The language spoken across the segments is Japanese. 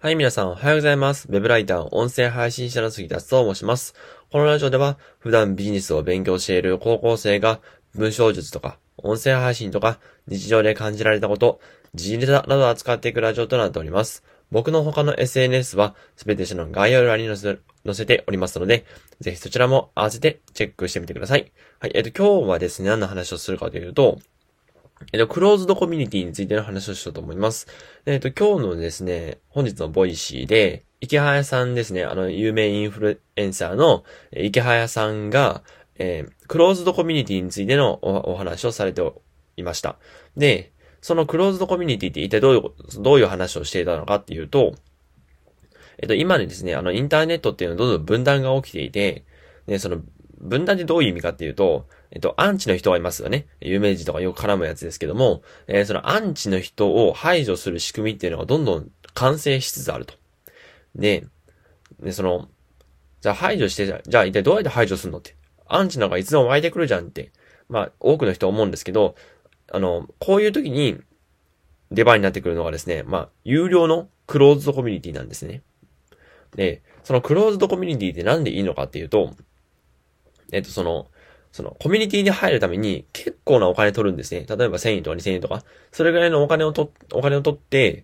はい、皆さんおはようございます。ウェブライター、音声配信者の杉田と申します。このラジオでは、普段ビジネスを勉強している高校生が、文章術とか、音声配信とか、日常で感じられたこと、時事ネタなどを扱っていくラジオとなっております。僕の他の SNS は、すべて下の概要欄に載せておりますので、ぜひそちらも合わせてチェックしてみてください。はい、今日はですね、何の話をするかというと、クローズドコミュニティについての話をしようと思います。今日のですね、本日のボイシーで、池早さんですね、有名インフルエンサーの池早さんが、クローズドコミュニティについてのお話をされていました。で、そのクローズドコミュニティって一体どういう話をしていたのかっていうと、今ですね、インターネットっていうのはどんどん分断が起きていて、で、その分断ってどういう意味かっていうと、アンチの人がいますよね。有名人とかよく絡むやつですけども、そのアンチの人を排除する仕組みっていうのがどんどん完成しつつあると。で、じゃあ排除して、じゃあ一体どうやって排除するのって。アンチなんかいつでも湧いてくるじゃんって。まあ、多くの人は思うんですけど、こういう時に出番になってくるのがですね、まあ、有料のクローズドコミュニティなんですね。で、そのクローズドコミュニティってなんでいいのかっていうと、コミュニティに入るために結構なお金取るんですね。例えば1000円とか2000円とか、それぐらいのお金を取って、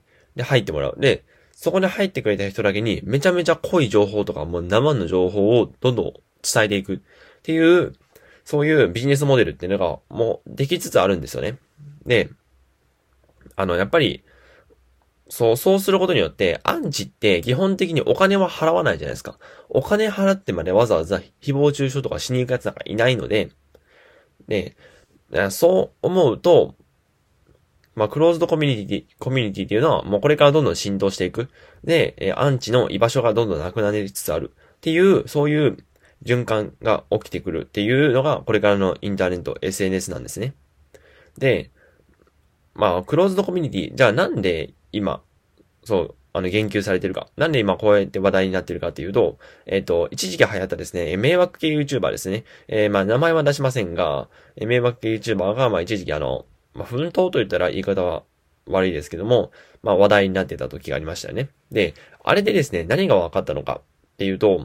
で、入ってもらう。で、そこに入ってくれた人だけにめちゃめちゃ濃い情報とかもう生の情報をどんどん伝えていくっていう、そういうビジネスモデルっていうのがもうできつつあるんですよね。で、やっぱり、そうすることによって、アンチって基本的にお金は払わないじゃないですか。お金払ってまでわざわざ誹謗中傷とかしに行くやつなんかいないので、で、そう思うと、まあ、クローズドコミュニティっていうのは、もうこれからどんどん浸透していく。で、アンチの居場所がどんどんなくなりつつある。っていう、そういう循環が起きてくるっていうのが、これからのインターネット、SNS なんですね。で、まあ、クローズドコミュニティ、じゃあなんで今、言及されてるか。なんで今こうやって話題になってるかっていうと、一時期流行ったですね、迷惑系 YouTuber ですね。まあ、名前は出しませんが、迷惑系 YouTuber が、まあ、一時期まあ、奮闘と言ったら言い方は悪いですけども、まあ、話題になってた時がありましたよね。で、あれでですね、何が分かったのかっていうと、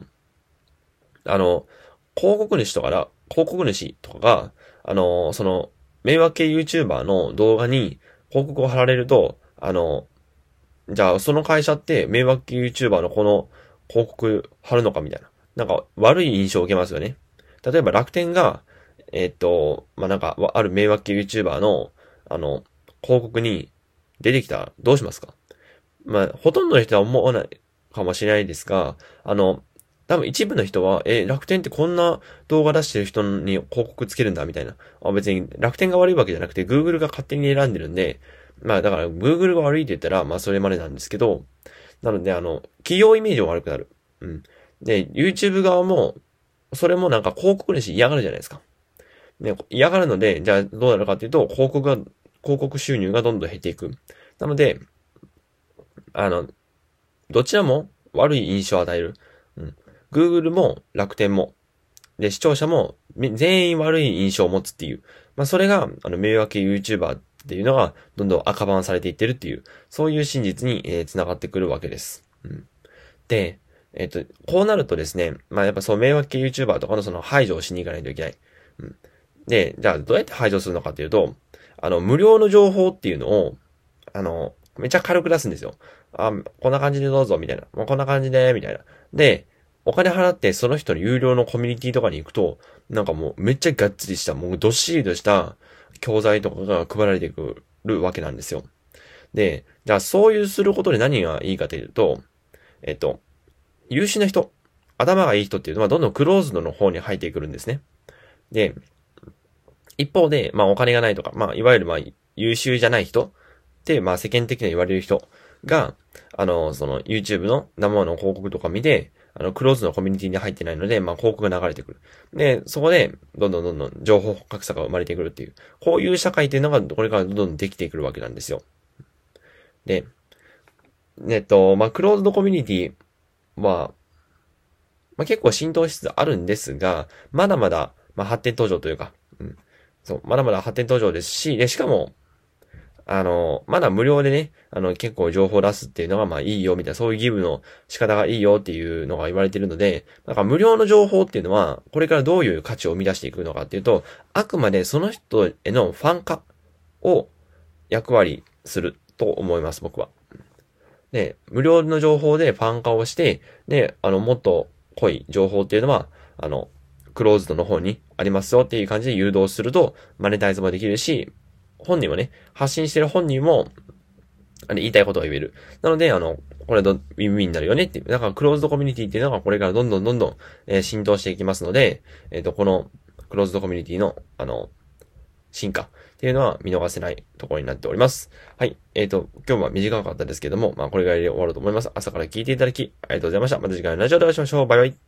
広告主とかが、迷惑系 YouTuber の動画に広告を貼られると、じゃあその会社って迷惑系 YouTuber のこの広告貼るのかみたいな。なんか悪い印象を受けますよね。例えば楽天が、まあ、なんか、ある迷惑系 YouTuber の、広告に出てきたらどうしますか？まあ、ほとんどの人は思わないかもしれないですが、多分一部の人は、楽天ってこんな動画出してる人に広告つけるんだ、みたいな。別に楽天が悪いわけじゃなくて、Google が勝手に選んでるんで、まあだから Google が悪いって言ったら、まあそれまでなんですけど、なので企業イメージも悪くなる。うん。で、YouTube 側も、それもなんか広告主嫌がるじゃないですか。ね、嫌がるので、じゃあどうなるかっていうと、広告収入がどんどん減っていく。なので、あの、どちらも悪い印象を与える。うん。Google も楽天も。で、視聴者も全員悪い印象を持つっていう。まあ、それが、迷惑系 YouTuber っていうのが、どんどん赤番されていってるっていう、そういう真実に、繋がってくるわけです。うん。で、こうなるとですね、まあ、やっぱそう迷惑系 YouTuber とかのその排除をしに行かないといけない。うん。で、じゃあどうやって排除するのかっていうと、無料の情報っていうのを、めちゃ軽く出すんですよ。こんな感じでどうぞ、みたいな。もうこんな感じで、みたいな。で、お金払ってその人の有料のコミュニティとかに行くと、なんかもうめっちゃがっつりした、もうどっしりとした教材とかが配られてくるわけなんですよ。で、じゃあそういうすることで何がいいかというと、えっと、優秀な人、頭がいい人っていうのはどんどんクローズドの方に入ってくるんですね。で、一方で、まあお金がないとか、まあいわゆるまあ優秀じゃない人って、まあ世間的に言われる人が、YouTube の生の広告とか見て、クローズのコミュニティに入ってないので、まあ広告が流れてくる。で、そこで、どんどん情報格差が生まれてくるっていう、こういう社会っていうのがこれからどんどんできてくるわけなんですよ。で、まあクローズドコミュニティは、まあ結構浸透しつつあるんですが、まだまだ、まあ発展途上というか、うん、そう、まだまだ発展途上ですし、で、しかも、 まだ無料でね、結構情報を出すっていうのがまあいいよみたいな、そういうギブの仕方がいいよっていうのが言われているので、なんか無料の情報っていうのは、これからどういう価値を生み出していくのかっていうと、あくまでその人へのファン化を役割すると思います、僕は。で、無料の情報でファン化をして、で、もっと濃い情報っていうのは、クローズドの方にありますよっていう感じで誘導すると、マネタイズもできるし、本人もね、発信してる本人も、言いたいことが言える。なので、これウィンウィンになるよねっていう。だから、クローズドコミュニティっていうのがこれからどんどん、浸透していきますので、この、クローズドコミュニティの、進化っていうのは見逃せないところになっております。はい。今日は短かったですけども、まあ、これぐらいで終わろうと思います。朝から聞いていただき、ありがとうございました。また次回のラジオでお会いしましょう。バイバイ。